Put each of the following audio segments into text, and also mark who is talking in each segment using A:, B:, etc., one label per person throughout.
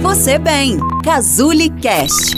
A: você bem. Cazuli Cast.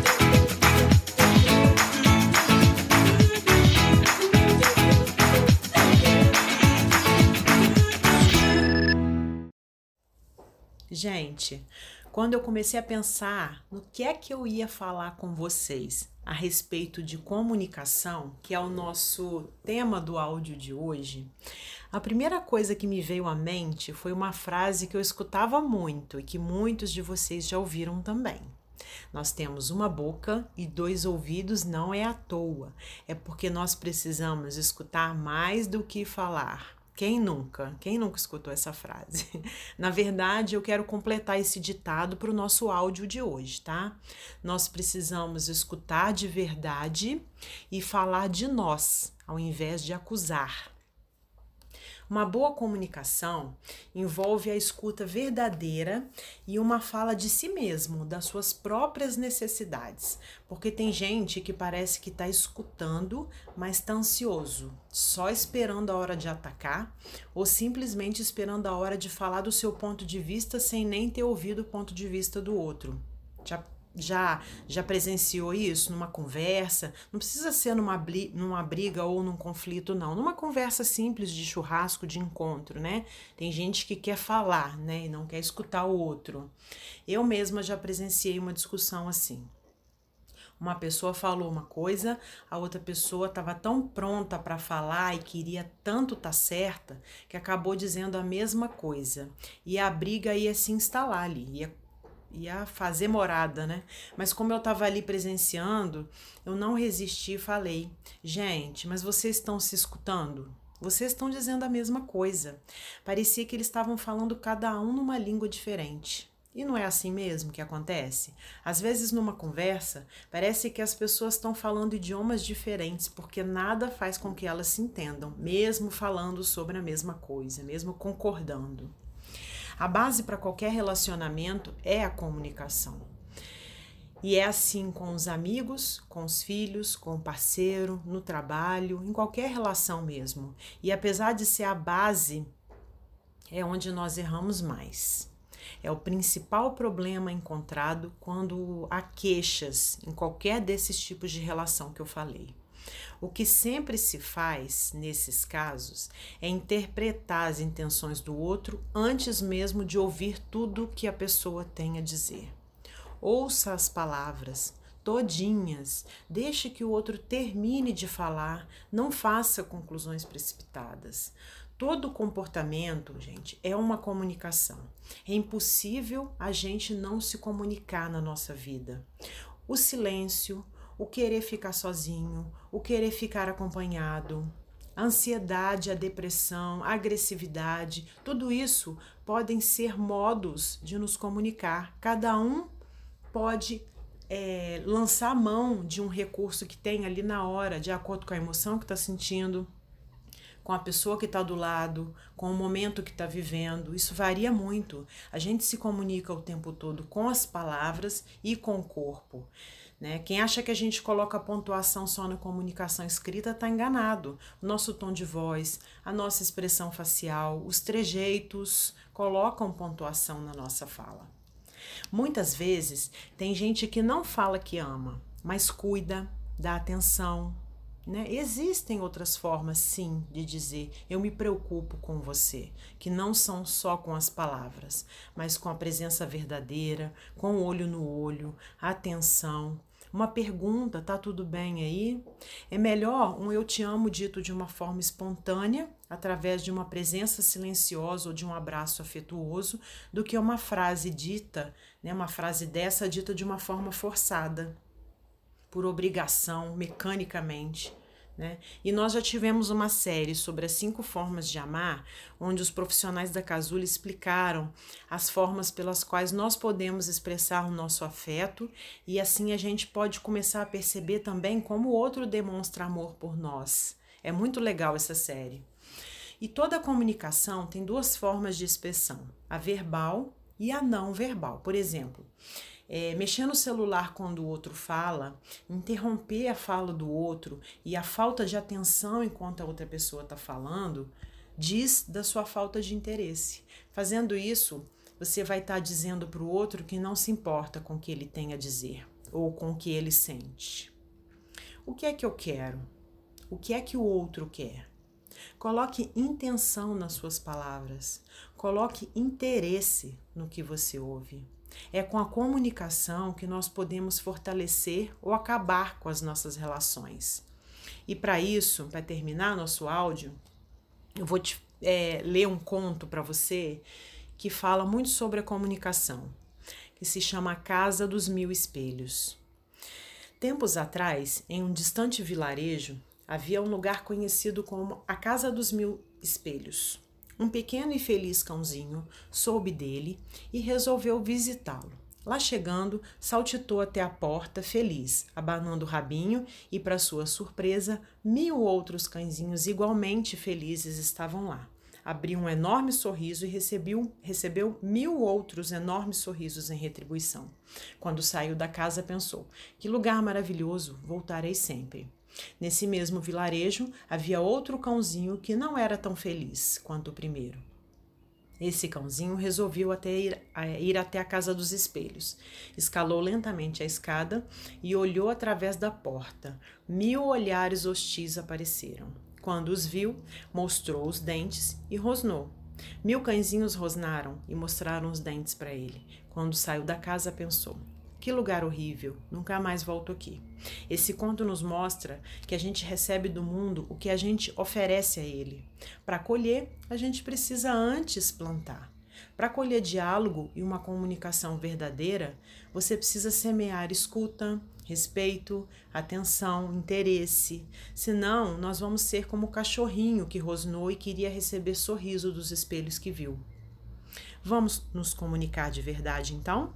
B: Gente, quando eu comecei a pensar no que é que eu ia falar com vocês a respeito de comunicação, que é o nosso tema do áudio de hoje, a primeira coisa que me veio à mente foi uma frase que eu escutava muito e que muitos de vocês já ouviram também. Nós temos uma boca e 2 ouvidos, não é à toa, é porque nós precisamos escutar mais do que falar. Quem nunca escutou essa frase? Na verdade, eu quero completar esse ditado para o nosso áudio de hoje, tá? Nós precisamos escutar de verdade e falar de nós, ao invés de acusar. Uma boa comunicação envolve a escuta verdadeira e uma fala de si mesmo, das suas próprias necessidades. Porque tem gente que parece que está escutando, mas está ansioso, só esperando a hora de atacar ou simplesmente esperando a hora de falar do seu ponto de vista sem nem ter ouvido o ponto de vista do outro. Já presenciou isso numa conversa? Não precisa ser numa briga ou num conflito, não. Numa conversa simples de churrasco, de encontro, né? Tem gente que quer falar, né? E não quer escutar o outro. Eu mesma já presenciei uma discussão assim. Uma pessoa falou uma coisa, a outra pessoa estava tão pronta para falar e queria tanto estar certa que acabou dizendo a mesma coisa. E a briga ia se instalar ali, ia fazer morada, né? Mas como eu estava ali presenciando, eu não resisti e falei: gente, mas vocês estão se escutando? Vocês estão dizendo a mesma coisa. Parecia que eles estavam falando cada um numa língua diferente. E não é assim mesmo que acontece? Às vezes numa conversa, parece que as pessoas estão falando idiomas diferentes, porque nada faz com que elas se entendam, mesmo falando sobre a mesma coisa, mesmo concordando. A base para qualquer relacionamento é a comunicação. E é assim com os amigos, com os filhos, com o parceiro, no trabalho, em qualquer relação mesmo. E apesar de ser a base, é onde nós erramos mais. É o principal problema encontrado quando há queixas em qualquer desses tipos de relação que eu falei. O que sempre se faz, nesses casos, é interpretar as intenções do outro antes mesmo de ouvir tudo que a pessoa tem a dizer. Ouça as palavras todinhas, deixe que o outro termine de falar, não faça conclusões precipitadas. Todo comportamento, gente, é uma comunicação. É impossível a gente não se comunicar na nossa vida. O silêncio, o querer ficar sozinho, o querer ficar acompanhado, a ansiedade, a depressão, a agressividade, tudo isso podem ser modos de nos comunicar. Cada um pode lançar mão de um recurso que tem ali na hora, de acordo com a emoção que está sentindo, com a pessoa que está do lado, com o momento que está vivendo. Isso varia muito. A gente se comunica o tempo todo com as palavras e com o corpo. Né? Quem acha que a gente coloca pontuação só na comunicação escrita está enganado. O nosso tom de voz, a nossa expressão facial, os trejeitos colocam pontuação na nossa fala. Muitas vezes tem gente que não fala que ama, mas cuida, dá atenção. Né? Existem outras formas, sim, de dizer eu me preocupo com você, que não são só com as palavras, mas com a presença verdadeira, com o olho no olho, a atenção. Uma pergunta, tá tudo bem aí? É melhor um eu te amo dito de uma forma espontânea, através de uma presença silenciosa ou de um abraço afetuoso, do que uma frase dita, né, uma frase dessa dita de uma forma forçada, por obrigação, mecanicamente. Né? E nós já tivemos uma série sobre as 5 formas de amar, onde os profissionais da Cazuli explicaram as formas pelas quais nós podemos expressar o nosso afeto e assim a gente pode começar a perceber também como o outro demonstra amor por nós. É muito legal essa série. E toda comunicação tem 2 formas de expressão, a verbal e a não verbal. Por exemplo, mexer no celular quando o outro fala, interromper a fala do outro e a falta de atenção enquanto a outra pessoa está falando, diz da sua falta de interesse. Fazendo isso, você vai estar dizendo para o outro que não se importa com o que ele tem a dizer ou com o que ele sente. O que é que eu quero? O que é que o outro quer? Coloque intenção nas suas palavras. Coloque interesse no que você ouve. É com a comunicação que nós podemos fortalecer ou acabar com as nossas relações. E para isso, para terminar nosso áudio, eu vou ler um conto para você que fala muito sobre a comunicação, que se chama A Casa dos Mil Espelhos. Tempos atrás, em um distante vilarejo, havia um lugar conhecido como a Casa dos Mil Espelhos. Um pequeno e feliz cãozinho soube dele e resolveu visitá-lo. Lá chegando, saltitou até a porta feliz, abanando o rabinho e, para sua surpresa, 1000 outros cãezinhos igualmente felizes estavam lá. Abriu um enorme sorriso e recebeu 1000 outros enormes sorrisos em retribuição. Quando saiu da casa, pensou: que lugar maravilhoso, voltarei sempre. Nesse mesmo vilarejo, havia outro cãozinho que não era tão feliz quanto o primeiro. Esse cãozinho resolveu ir até a Casa dos Espelhos. Escalou lentamente a escada e olhou através da porta. 1000 olhares hostis apareceram. Quando os viu, mostrou os dentes e rosnou. 1000 cãezinhos rosnaram e mostraram os dentes para ele. Quando saiu da casa, pensou: que lugar horrível, nunca mais volto aqui. Esse conto nos mostra que a gente recebe do mundo o que a gente oferece a ele. Para colher, a gente precisa antes plantar. Para colher diálogo e uma comunicação verdadeira, você precisa semear escuta, respeito, atenção, interesse. Senão, nós vamos ser como o cachorrinho que rosnou e queria receber sorriso dos espelhos que viu. Vamos nos comunicar de verdade, então?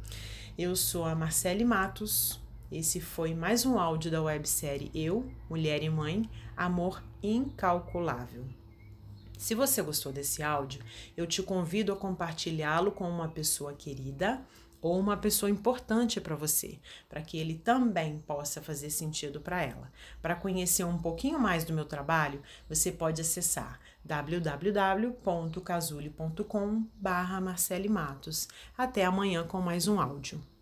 B: Eu sou a Marcele Matos. Esse foi mais um áudio da websérie Eu, Mulher e Mãe, Amor Incalculável. Se você gostou desse áudio, eu te convido a compartilhá-lo com uma pessoa querida ou uma pessoa importante para você, para que ele também possa fazer sentido para ela. Para conhecer um pouquinho mais do meu trabalho, você pode acessar www.cazuli.com/Marcele Matos. Até amanhã com mais um áudio.